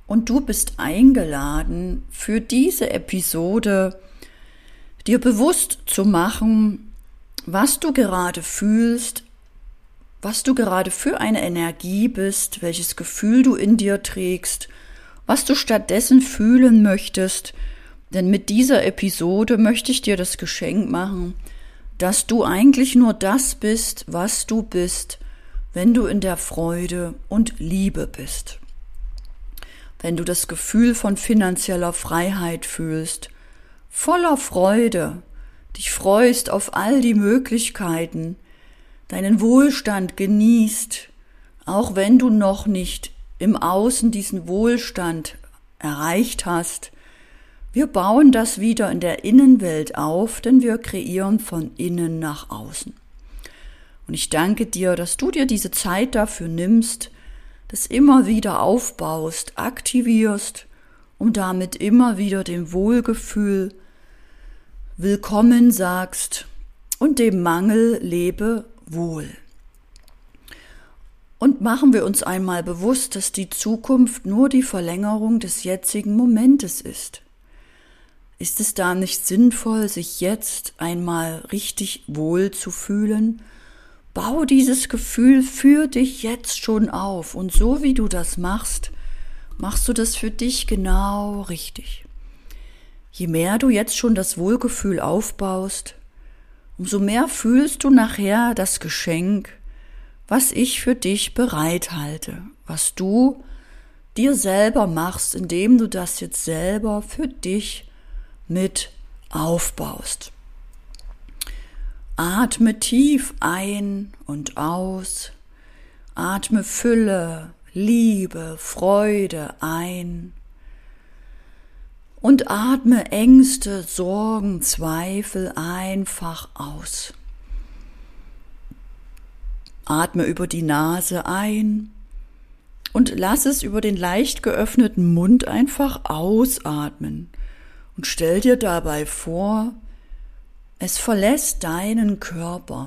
Und du bist eingeladen, für diese Episode dir bewusst zu machen, was du gerade fühlst, was du gerade für eine Energie bist, welches Gefühl du in dir trägst, was du stattdessen fühlen möchtest. Denn mit dieser Episode möchte ich dir das Geschenk machen, dass du eigentlich nur das bist, was du bist, wenn du in der Freude und Liebe bist. Wenn du das Gefühl von finanzieller Freiheit fühlst, voller Freude, dich freust auf all die Möglichkeiten, deinen Wohlstand genießt, auch wenn du noch nicht im Außen diesen Wohlstand erreicht hast. Wir bauen das wieder in der Innenwelt auf, denn wir kreieren von innen nach außen. Und ich danke dir, dass du dir diese Zeit dafür nimmst, das immer wieder aufbaust, aktivierst, um damit immer wieder dem Wohlgefühl willkommen sagst und dem Mangel lebe wohl. Und machen wir uns einmal bewusst, dass die Zukunft nur die Verlängerung des jetzigen Momentes ist. Ist es da nicht sinnvoll, sich jetzt einmal richtig wohl zu fühlen? Bau dieses Gefühl für dich jetzt schon auf und so wie du das machst, machst du das für dich genau richtig. Je mehr du jetzt schon das Wohlgefühl aufbaust, umso mehr fühlst du nachher das Geschenk, was ich für dich bereithalte, was du dir selber machst, indem du das jetzt selber für dich mit aufbaust. Atme tief ein und aus, atme Fülle, Liebe, Freude ein und atme Ängste, Sorgen, Zweifel einfach aus. Atme über die Nase ein und lass es über den leicht geöffneten Mund einfach ausatmen und stell dir dabei vor, es verlässt deinen Körper.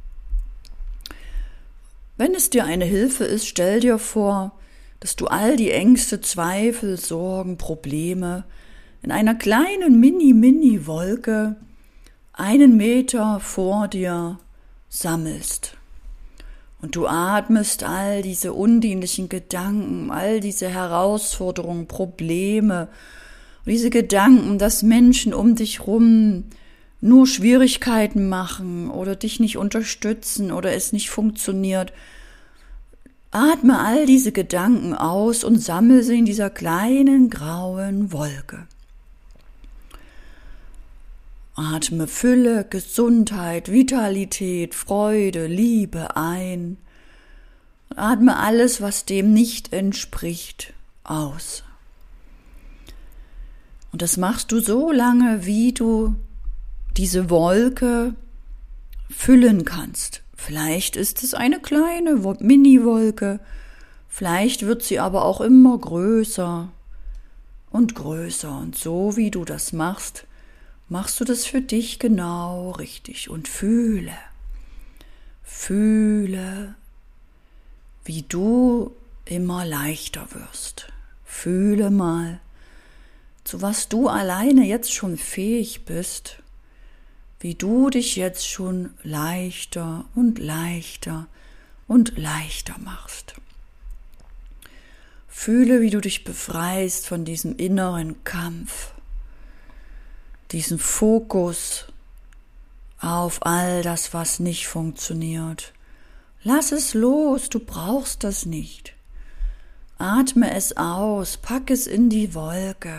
Wenn es dir eine Hilfe ist, stell dir vor, dass du all die Ängste, Zweifel, Sorgen, Probleme in einer kleinen Mini-Wolke 1 Meter vor dir sammelst. Und du atmest all diese undienlichen Gedanken, all diese Herausforderungen, Probleme, diese Gedanken, dass Menschen um dich rum nur Schwierigkeiten machen oder dich nicht unterstützen oder es nicht funktioniert. Atme all diese Gedanken aus und sammle sie in dieser kleinen grauen Wolke. Atme Fülle, Gesundheit, Vitalität, Freude, Liebe ein. Atme alles, was dem nicht entspricht, aus. Und das machst du so lange, wie du diese Wolke füllen kannst. Vielleicht ist es eine kleine Mini-Wolke, vielleicht wird sie aber auch immer größer und größer. Und so wie du das machst, machst du das für dich genau richtig. Und fühle, wie du immer leichter wirst. Fühle mal, zu was du alleine jetzt schon fähig bist, wie du dich jetzt schon leichter und leichter und leichter machst. Fühle, wie du dich befreist von diesem inneren Kampf, diesem Fokus auf all das, was nicht funktioniert. Lass es los, du brauchst das nicht. Atme es aus, pack es in die Wolke.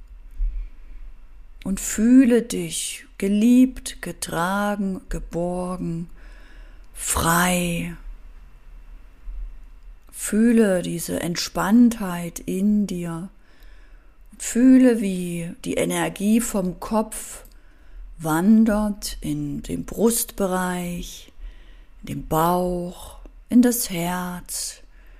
Und fühle dich geliebt, getragen, geborgen, frei. Fühle diese Entspanntheit in dir. Fühle, wie die Energie vom Kopf wandert in den Brustbereich, in den Bauch, in das Herz.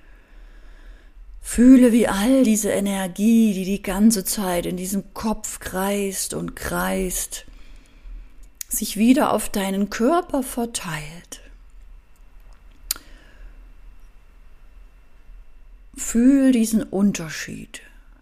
Fühle, wie all diese Energie, die die ganze Zeit in diesem Kopf kreist und kreist, sich wieder auf deinen Körper verteilt. Fühl diesen Unterschied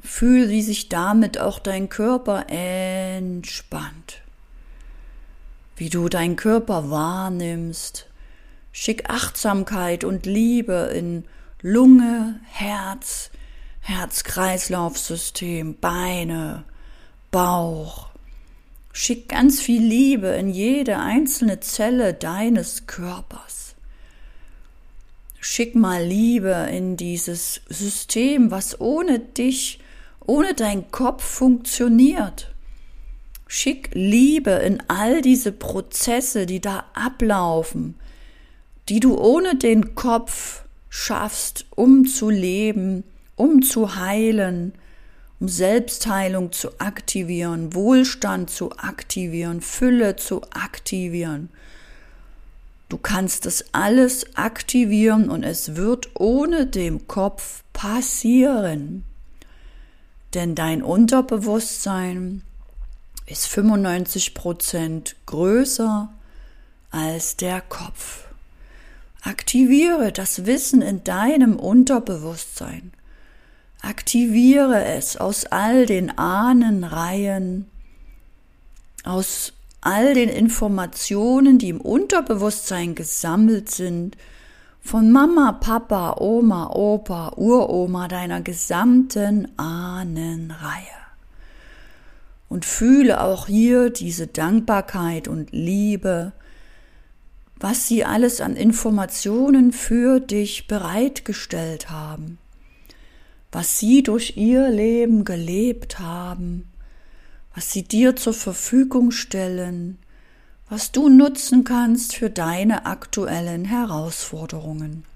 Fühl, wie sich damit auch dein Körper entspannt. Wie du deinen Körper wahrnimmst. Schick Achtsamkeit und Liebe in Lunge, Herz, Herz-Kreislauf-System, Beine, Bauch. Schick ganz viel Liebe in jede einzelne Zelle deines Körpers. Schick mal Liebe in dieses System, was ohne dich, ohne deinen Kopf funktioniert. Schick Liebe in all diese Prozesse, die da ablaufen, die du ohne den Kopf schaffst, um zu leben, um zu heilen, um Selbstheilung zu aktivieren, Wohlstand zu aktivieren, Fülle zu aktivieren. Du kannst das alles aktivieren und es wird ohne den Kopf passieren. Denn dein Unterbewusstsein ist 95% größer als der Kopf. Aktiviere das Wissen in deinem Unterbewusstsein. Aktiviere es aus all den Ahnenreihen, aus all den Informationen, die im Unterbewusstsein gesammelt sind, von Mama, Papa, Oma, Opa, Uroma, deiner gesamten Ahnenreihe. Und fühle auch hier diese Dankbarkeit und Liebe, was sie alles an Informationen für dich bereitgestellt haben, was sie durch ihr Leben gelebt haben, was sie dir zur Verfügung stellen, was du nutzen kannst für deine aktuellen Herausforderungen.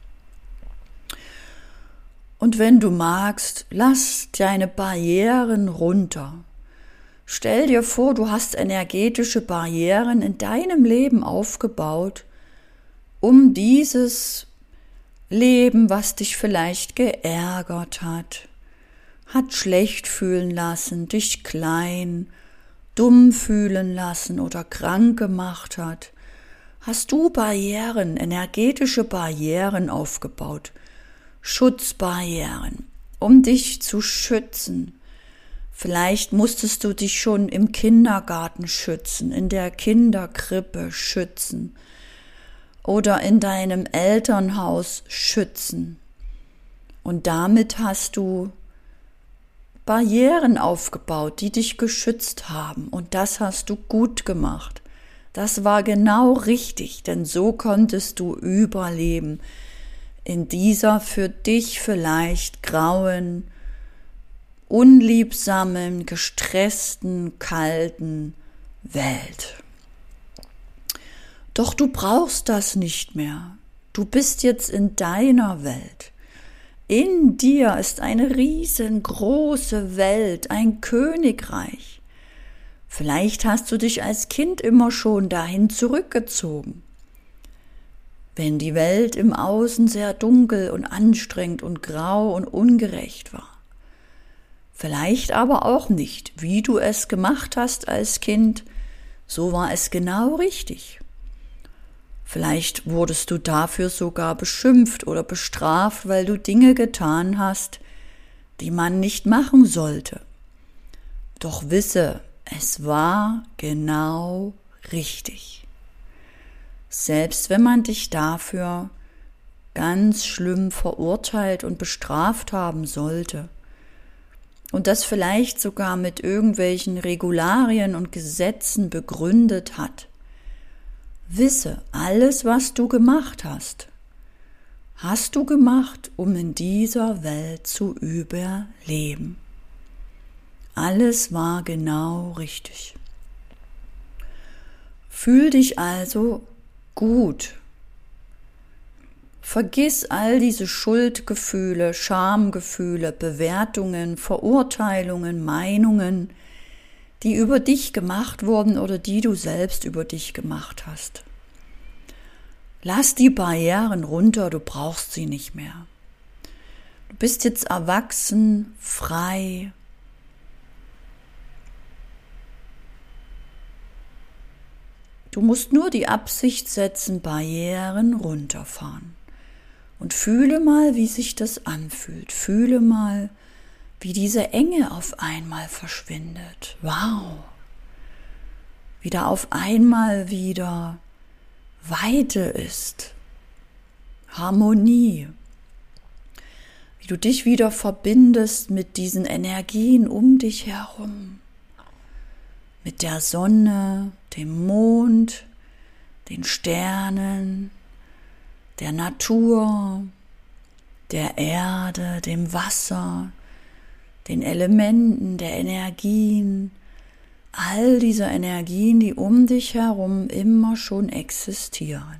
Und wenn du magst, lass deine Barrieren runter. Stell dir vor, du hast energetische Barrieren in deinem Leben aufgebaut, um dieses Leben, was dich vielleicht geärgert hat schlecht fühlen lassen, dich klein, dumm fühlen lassen oder krank gemacht hat, hast du Barrieren, energetische Barrieren aufgebaut, Schutzbarrieren, um dich zu schützen. Vielleicht musstest du dich schon im Kindergarten schützen, in der Kinderkrippe schützen oder in deinem Elternhaus schützen. Und damit hast du Barrieren aufgebaut, die dich geschützt haben. Und das hast du gut gemacht. Das war genau richtig, denn so konntest du überleben in dieser für dich vielleicht grauen, unliebsamen, gestressten, kalten Welt. Doch du brauchst das nicht mehr. Du bist jetzt in deiner Welt. In dir ist eine riesengroße Welt, ein Königreich. Vielleicht hast du dich als Kind immer schon dahin zurückgezogen. Wenn die Welt im Außen sehr dunkel und anstrengend und grau und ungerecht war. Vielleicht aber auch nicht, wie du es gemacht hast als Kind, so war es genau richtig. Vielleicht wurdest du dafür sogar beschimpft oder bestraft, weil du Dinge getan hast, die man nicht machen sollte. Doch wisse, es war genau richtig. Selbst wenn man dich dafür ganz schlimm verurteilt und bestraft haben sollte und das vielleicht sogar mit irgendwelchen Regularien und Gesetzen begründet hat, wisse, alles, was du gemacht hast du gemacht, um in dieser Welt zu überleben. Alles war genau richtig. Fühl dich also gut. Vergiss all diese Schuldgefühle, Schamgefühle, Bewertungen, Verurteilungen, Meinungen, die über dich gemacht wurden oder die du selbst über dich gemacht hast. Lass die Barrieren runter, du brauchst sie nicht mehr. Du bist jetzt erwachsen, frei. Du musst nur die Absicht setzen, Barrieren runterfahren. Und fühle mal, wie sich das anfühlt. Fühle mal, wie diese Enge auf einmal verschwindet. Wow! Wie da auf einmal wieder Weite ist, Harmonie. Wie du dich wieder verbindest mit diesen Energien um dich herum. Mit der Sonne, dem Mond, den Sternen, der Natur, der Erde, dem Wasser, den Elementen, der Energien, all diese Energien, die um dich herum immer schon existieren.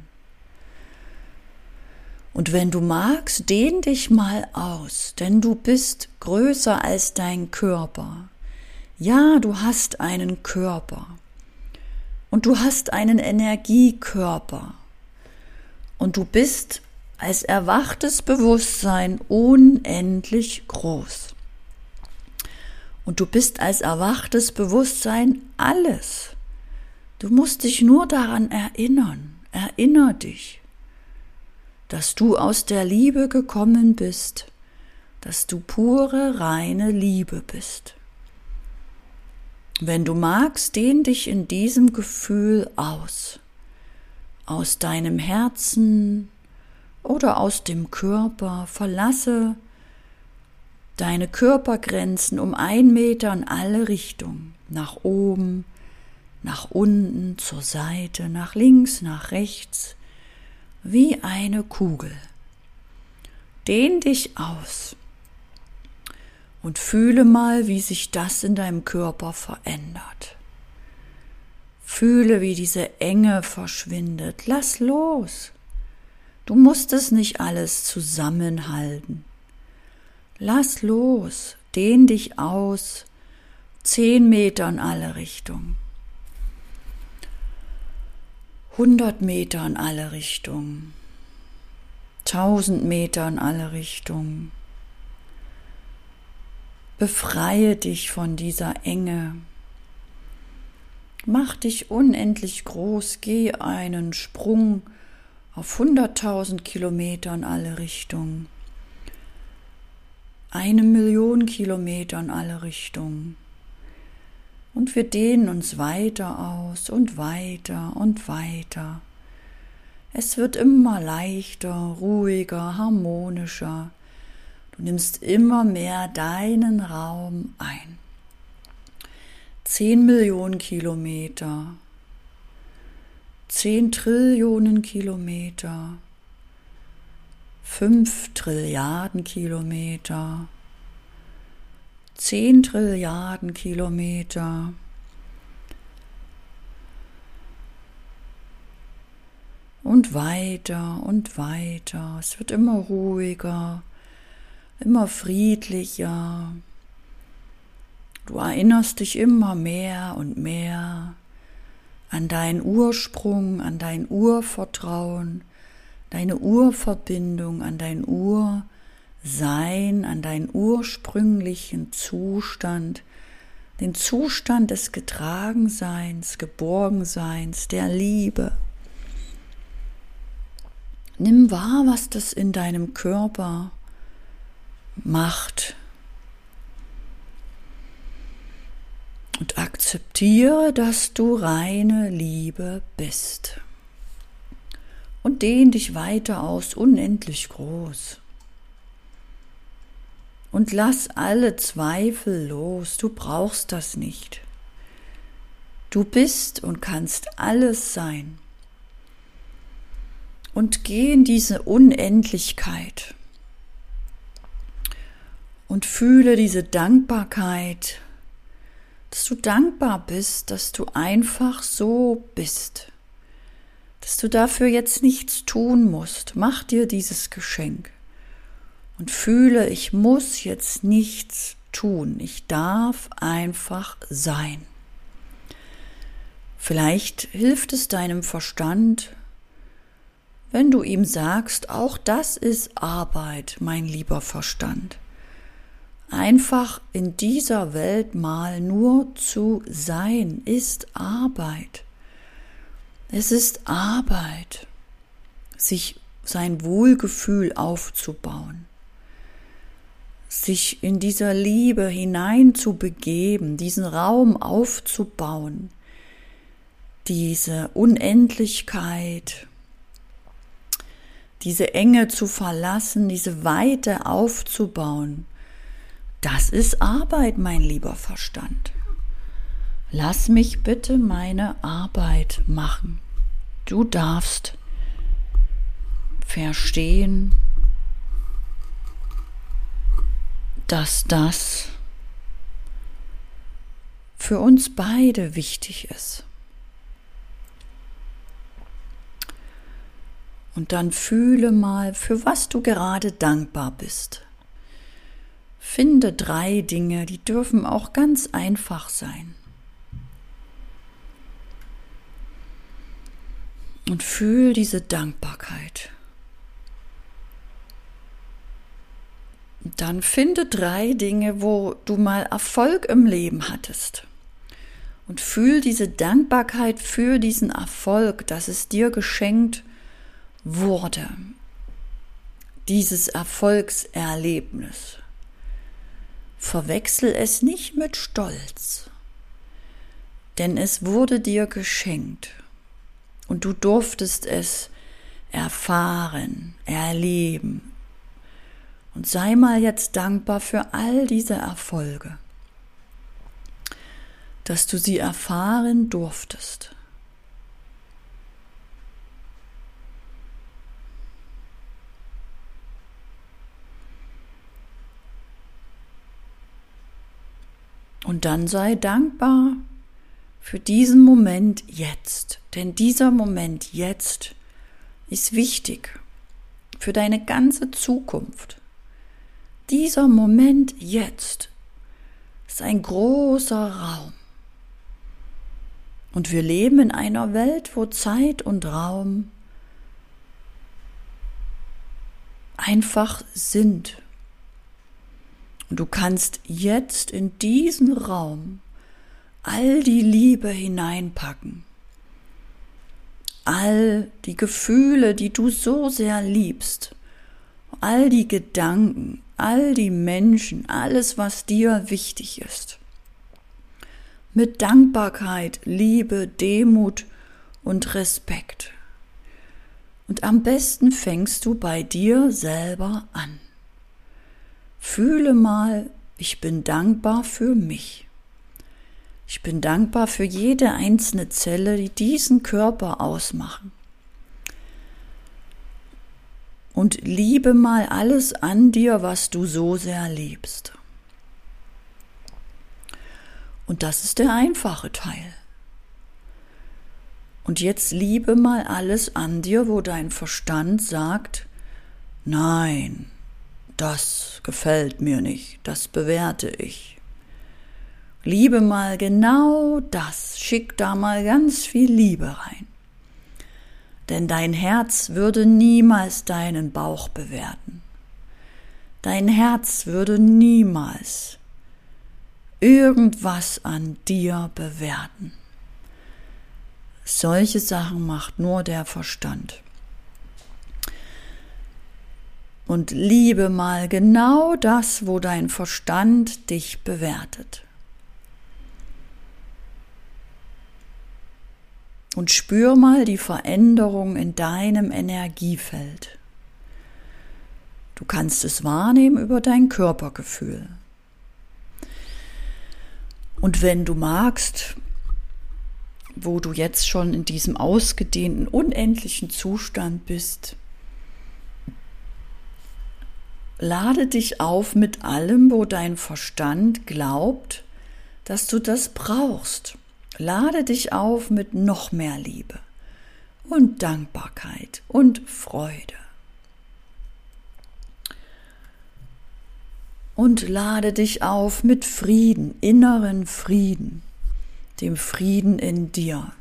Und wenn du magst, dehn dich mal aus, denn du bist größer als dein Körper. Ja, du hast einen Körper und du hast einen Energiekörper und du bist als erwachtes Bewusstsein unendlich groß. Und du bist als erwachtes Bewusstsein alles. Du musst dich nur daran erinnern. Erinner dich, dass du aus der Liebe gekommen bist, dass du pure, reine Liebe bist. Wenn du magst, dehn dich in diesem Gefühl aus deinem Herzen oder aus dem Körper, verlasse deine Körpergrenzen um 1 Meter in alle Richtungen, nach oben, nach unten, zur Seite, nach links, nach rechts, wie eine Kugel. Dehn dich aus und fühle mal, wie sich das in deinem Körper verändert. Fühle, wie diese Enge verschwindet. Lass los. Du musst es nicht alles zusammenhalten. Lass los, dehn dich aus, 10 Meter in alle Richtungen, 100 Meter in alle Richtungen, 1000 Meter in alle Richtungen. Befreie dich von dieser Enge. Mach dich unendlich groß, geh einen Sprung auf 100.000 Kilometer in alle Richtungen. 1 Million Kilometer in alle Richtungen. Und wir dehnen uns weiter aus und weiter und weiter. Es wird immer leichter, ruhiger, harmonischer. Du nimmst immer mehr deinen Raum ein. 10 Millionen Kilometer, 10 Trillionen Kilometer, 5 Trilliarden Kilometer, 10 Trilliarden Kilometer, und weiter und weiter. Es wird immer ruhiger, immer friedlicher. Du erinnerst dich immer mehr und mehr an deinen Ursprung, an dein Urvertrauen, deine Urverbindung, an dein Ursein, an deinen ursprünglichen Zustand, den Zustand des Getragenseins, Geborgenseins, der Liebe. Nimm wahr, was das in deinem Körper macht. Und akzeptiere, dass du reine Liebe bist. Und dehn dich weiter aus, unendlich groß. Und lass alle Zweifel los, du brauchst das nicht. Du bist und kannst alles sein. Und geh in diese Unendlichkeit und fühle diese Dankbarkeit, dass du dankbar bist, dass du einfach so bist, dass du dafür jetzt nichts tun musst. Mach dir dieses Geschenk und fühle, ich muss jetzt nichts tun, ich darf einfach sein. Vielleicht hilft es deinem Verstand, wenn du ihm sagst, auch das ist Arbeit, mein lieber Verstand. Einfach in dieser Welt mal nur zu sein, ist Arbeit. Es ist Arbeit, sich sein Wohlgefühl aufzubauen, sich in dieser Liebe hinein zu begeben, diesen Raum aufzubauen, diese Unendlichkeit, diese Enge zu verlassen, diese Weite aufzubauen. Das ist Arbeit, mein lieber Verstand. Lass mich bitte meine Arbeit machen. Du darfst verstehen, dass das für uns beide wichtig ist. Und dann fühle mal, für was du gerade dankbar bist. Finde 3 Dinge, die dürfen auch ganz einfach sein. Und fühl diese Dankbarkeit. Und dann finde 3 Dinge, wo du mal Erfolg im Leben hattest. Und fühl diese Dankbarkeit für diesen Erfolg, dass es dir geschenkt wurde. Dieses Erfolgserlebnis. Verwechsel es nicht mit Stolz, denn es wurde dir geschenkt und du durftest es erfahren, erleben. Und sei mal jetzt dankbar für all diese Erfolge, dass du sie erfahren durftest. Und dann sei dankbar für diesen Moment jetzt, denn dieser Moment jetzt ist wichtig für deine ganze Zukunft. Dieser Moment jetzt ist ein großer Raum. Und wir leben in einer Welt, wo Zeit und Raum einfach sind. Und du kannst jetzt in diesen Raum all die Liebe hineinpacken, all die Gefühle, die du so sehr liebst, all die Gedanken, all die Menschen, alles, was dir wichtig ist. Mit Dankbarkeit, Liebe, Demut und Respekt. Und am besten fängst du bei dir selber an. Fühle mal, ich bin dankbar für mich. Ich bin dankbar für jede einzelne Zelle, die diesen Körper ausmachen. Und liebe mal alles an dir, was du so sehr liebst. Und das ist der einfache Teil. Und jetzt liebe mal alles an dir, wo dein Verstand sagt, nein, das gefällt mir nicht, das bewerte ich. Liebe mal genau das, schick da mal ganz viel Liebe rein. Denn dein Herz würde niemals deinen Bauch bewerten. Dein Herz würde niemals irgendwas an dir bewerten. Solche Sachen macht nur der Verstand. Und liebe mal genau das, wo dein Verstand dich bewertet. Und spür mal die Veränderung in deinem Energiefeld. Du kannst es wahrnehmen über dein Körpergefühl. Und wenn du magst, wo du jetzt schon in diesem ausgedehnten, unendlichen Zustand bist, lade dich auf mit allem, wo dein Verstand glaubt, dass du das brauchst. Lade dich auf mit noch mehr Liebe und Dankbarkeit und Freude. Und lade dich auf mit Frieden, inneren Frieden, dem Frieden in dir.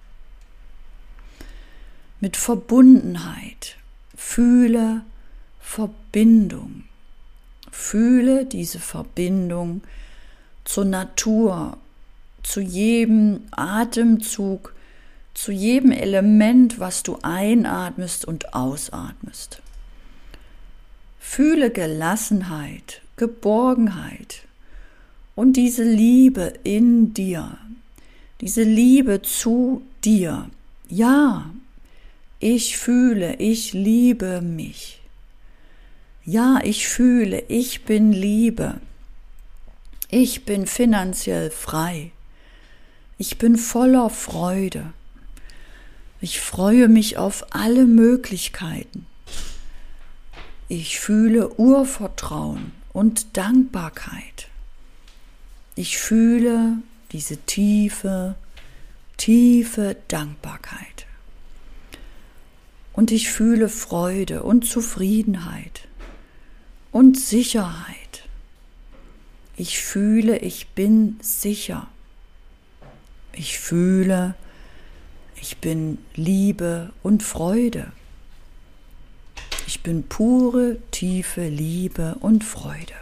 Mit Verbundenheit. Fühle Verbindung. Fühle diese Verbindung zur Natur, zu jedem Atemzug, zu jedem Element, was du einatmest und ausatmest. Fühle Gelassenheit, Geborgenheit und diese Liebe in dir, diese Liebe zu dir. Ja, ich fühle, ich liebe mich. Ja, ich fühle, ich bin Liebe. Ich bin finanziell frei. Ich bin voller Freude. Ich freue mich auf alle Möglichkeiten. Ich fühle Urvertrauen und Dankbarkeit. Ich fühle diese tiefe, tiefe Dankbarkeit. Und ich fühle Freude und Zufriedenheit und Sicherheit. Ich fühle, ich bin sicher. Ich fühle, ich bin Liebe und Freude. Ich bin pure, tiefe Liebe und Freude.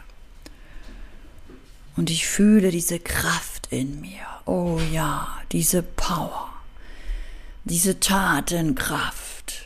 Und ich fühle diese Kraft in mir. Oh ja, diese Power, diese Tatenkraft,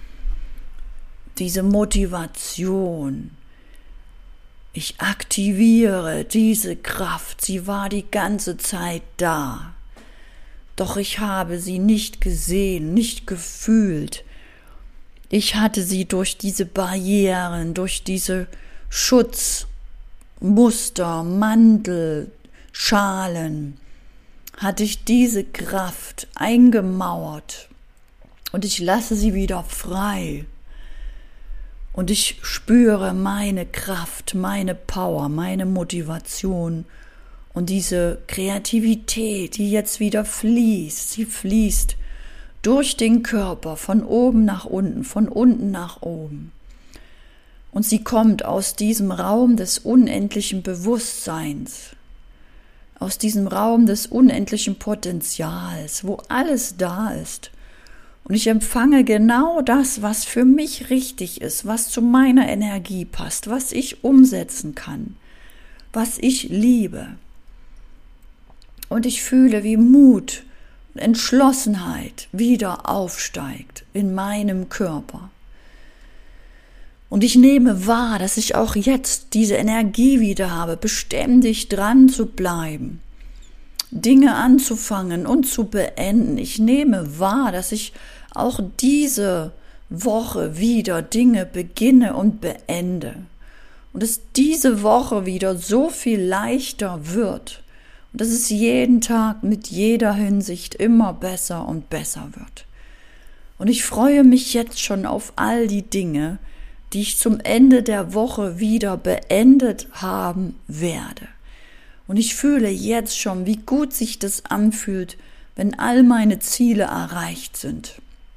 diese Motivation. Ich aktiviere diese Kraft. Sie war die ganze Zeit da. Doch ich habe sie nicht gesehen, nicht gefühlt. Ich hatte sie durch diese Barrieren, durch diese Schutzmuster, Mantel, Schalen, hatte ich diese Kraft eingemauert und ich lasse sie wieder frei. Und ich spüre meine Kraft, meine Power, meine Motivation und diese Kreativität, die jetzt wieder fließt. Sie fließt durch den Körper, von oben nach unten, von unten nach oben. Und sie kommt aus diesem Raum des unendlichen Bewusstseins, aus diesem Raum des unendlichen Potenzials, wo alles da ist. Und ich empfange genau das, was für mich richtig ist, was zu meiner Energie passt, was ich umsetzen kann, was ich liebe. Und ich fühle, wie Mut und Entschlossenheit wieder aufsteigt in meinem Körper. Und ich nehme wahr, dass ich auch jetzt diese Energie wieder habe, beständig dran zu bleiben, Dinge anzufangen und zu beenden. Ich nehme wahr, dass ich auch diese Woche wieder Dinge beginne und beende. Und dass diese Woche wieder so viel leichter wird. Und dass es jeden Tag mit jeder Hinsicht immer besser und besser wird. Und ich freue mich jetzt schon auf all die Dinge, die ich zum Ende der Woche wieder beendet haben werde. Und ich fühle jetzt schon, wie gut sich das anfühlt, wenn all meine Ziele erreicht sind.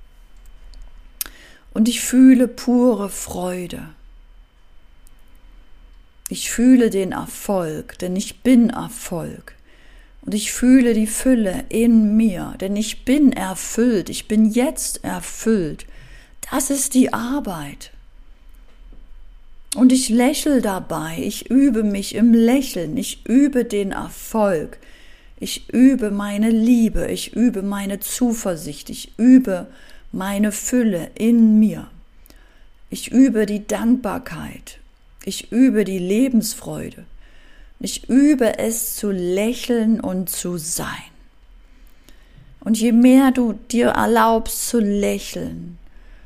Und ich fühle pure Freude. Ich fühle den Erfolg, denn ich bin Erfolg. Und ich fühle die Fülle in mir, denn ich bin erfüllt. Ich bin jetzt erfüllt. Das ist die Arbeit. Und ich lächle dabei, ich übe mich im Lächeln, ich übe den Erfolg, ich übe meine Liebe, ich übe meine Zuversicht, ich übe meine Fülle in mir. Ich übe die Dankbarkeit, ich übe die Lebensfreude, ich übe es zu lächeln und zu sein. Und je mehr du dir erlaubst zu lächeln,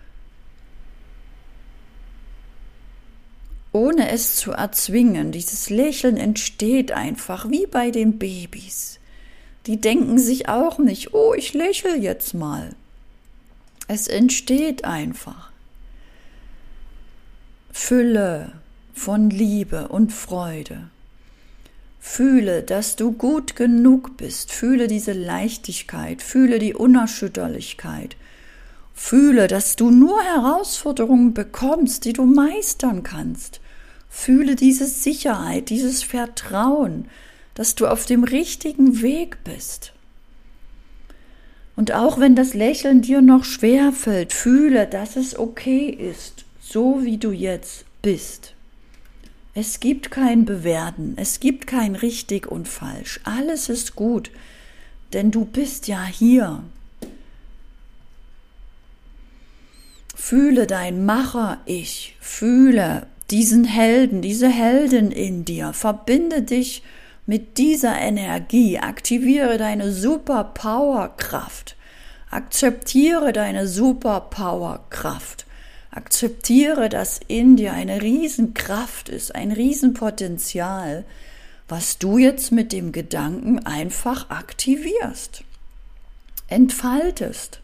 ohne es zu erzwingen. Dieses Lächeln entsteht einfach, wie bei den Babys. Die denken sich auch nicht, oh, ich lächle jetzt mal. Es entsteht einfach. Fülle von Liebe und Freude. Fühle, dass du gut genug bist. Fühle diese Leichtigkeit. Fühle die Unerschütterlichkeit. Fühle, dass du nur Herausforderungen bekommst, die du meistern kannst. Fühle diese Sicherheit, dieses Vertrauen, dass du auf dem richtigen Weg bist. Und auch wenn das Lächeln dir noch schwerfällt, fühle, dass es okay ist, so wie du jetzt bist. Es gibt kein Bewerten, es gibt kein richtig und falsch. Alles ist gut, denn du bist ja hier. Fühle dein Macher-Ich, fühle diesen Helden, diese Heldin in dir. Verbinde dich mit dieser Energie. Aktiviere deine Superpower-Kraft. Akzeptiere deine Superpower-Kraft. Akzeptiere, dass in dir eine Riesenkraft ist, ein Riesenpotenzial, was du jetzt mit dem Gedanken einfach aktivierst, entfaltest.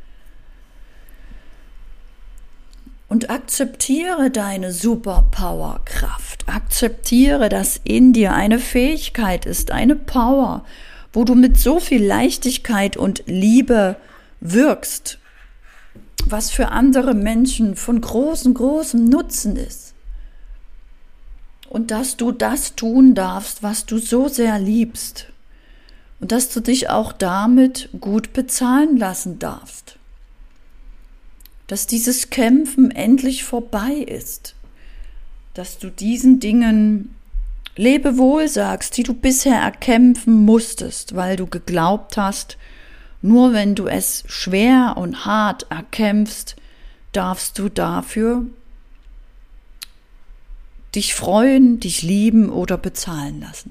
Und akzeptiere deine Superpower-Kraft. Akzeptiere, dass in dir eine Fähigkeit ist, eine Power, wo du mit so viel Leichtigkeit und Liebe wirkst, was für andere Menschen von großem Nutzen ist. Und dass du das tun darfst, was du so sehr liebst. Und dass du dich auch damit gut bezahlen lassen darfst. Dass dieses Kämpfen endlich vorbei ist, dass du diesen Dingen Lebewohl sagst, die du bisher erkämpfen musstest, weil du geglaubt hast, nur wenn du es schwer und hart erkämpfst, darfst du dafür dich freuen, dich lieben oder bezahlen lassen.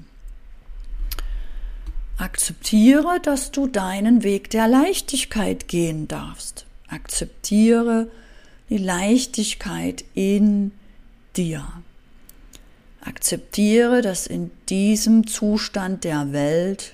Akzeptiere, dass du deinen Weg der Leichtigkeit gehen darfst. Akzeptiere die Leichtigkeit in dir. Akzeptiere, dass in diesem Zustand der Welt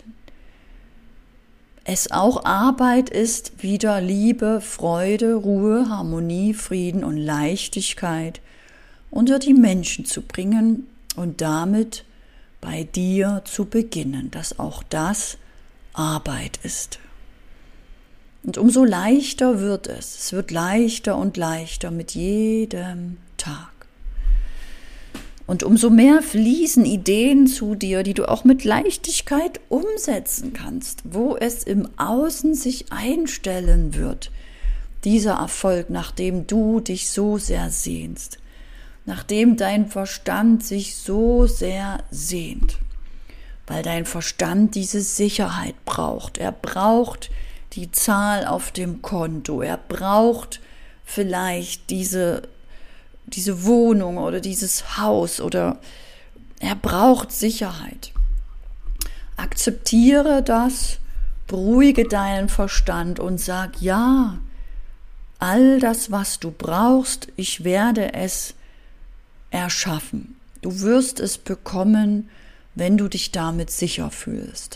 es auch Arbeit ist, wieder Liebe, Freude, Ruhe, Harmonie, Frieden und Leichtigkeit unter die Menschen zu bringen und damit bei dir zu beginnen, dass auch das Arbeit ist. Und umso leichter wird es. Es wird leichter und leichter mit jedem Tag. Und umso mehr fließen Ideen zu dir, die du auch mit Leichtigkeit umsetzen kannst, wo es im Außen sich einstellen wird, dieser Erfolg, nach dem du dich so sehr sehnst, nachdem dein Verstand sich so sehr sehnt, weil dein Verstand diese Sicherheit braucht. Er braucht die Zahl auf dem Konto. Er braucht vielleicht diese Wohnung oder dieses Haus oder er braucht Sicherheit. Akzeptiere das, beruhige deinen Verstand und sag, ja, all das, was du brauchst, ich werde es erschaffen. Du wirst es bekommen, wenn du dich damit sicher fühlst.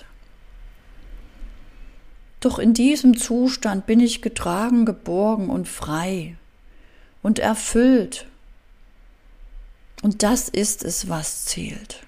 Doch in diesem Zustand bin ich getragen, geborgen und frei und erfüllt. Und das ist es, was zählt.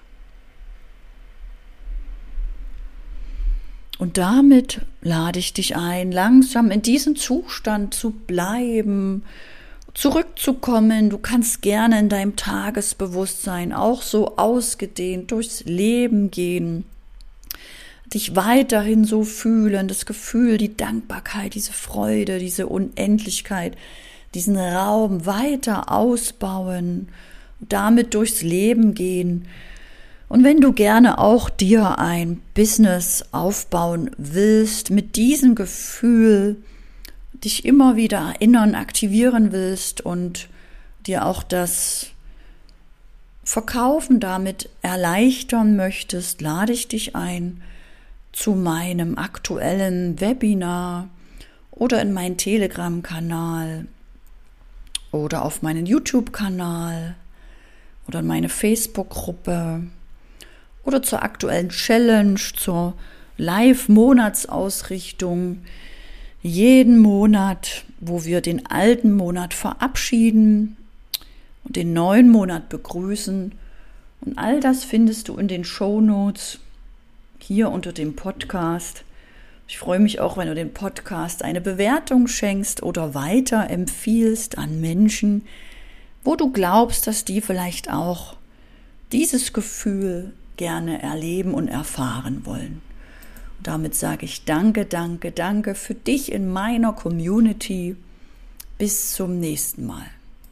Und damit lade ich dich ein, langsam in diesem Zustand zu bleiben, zurückzukommen. Du kannst gerne in deinem Tagesbewusstsein auch so ausgedehnt durchs Leben gehen, dich weiterhin so fühlen, das Gefühl, die Dankbarkeit, diese Freude, diese Unendlichkeit, diesen Raum weiter ausbauen, damit durchs Leben gehen. Und wenn du gerne auch dir ein Business aufbauen willst, mit diesem Gefühl dich immer wieder erinnern, aktivieren willst und dir auch das Verkaufen damit erleichtern möchtest, lade ich dich ein zu meinem aktuellen Webinar oder in meinen Telegram-Kanal oder auf meinen YouTube-Kanal oder in meine Facebook-Gruppe oder zur aktuellen Challenge, zur Live-Monatsausrichtung jeden Monat, wo wir den alten Monat verabschieden und den neuen Monat begrüßen. Und all das findest du in den Shownotes hier unter dem Podcast. Ich freue mich auch, wenn du den Podcast eine Bewertung schenkst oder weiterempfiehlst an Menschen, wo du glaubst, dass die vielleicht auch dieses Gefühl gerne erleben und erfahren wollen. Und damit sage ich danke, danke, danke für dich in meiner Community. Bis zum nächsten Mal.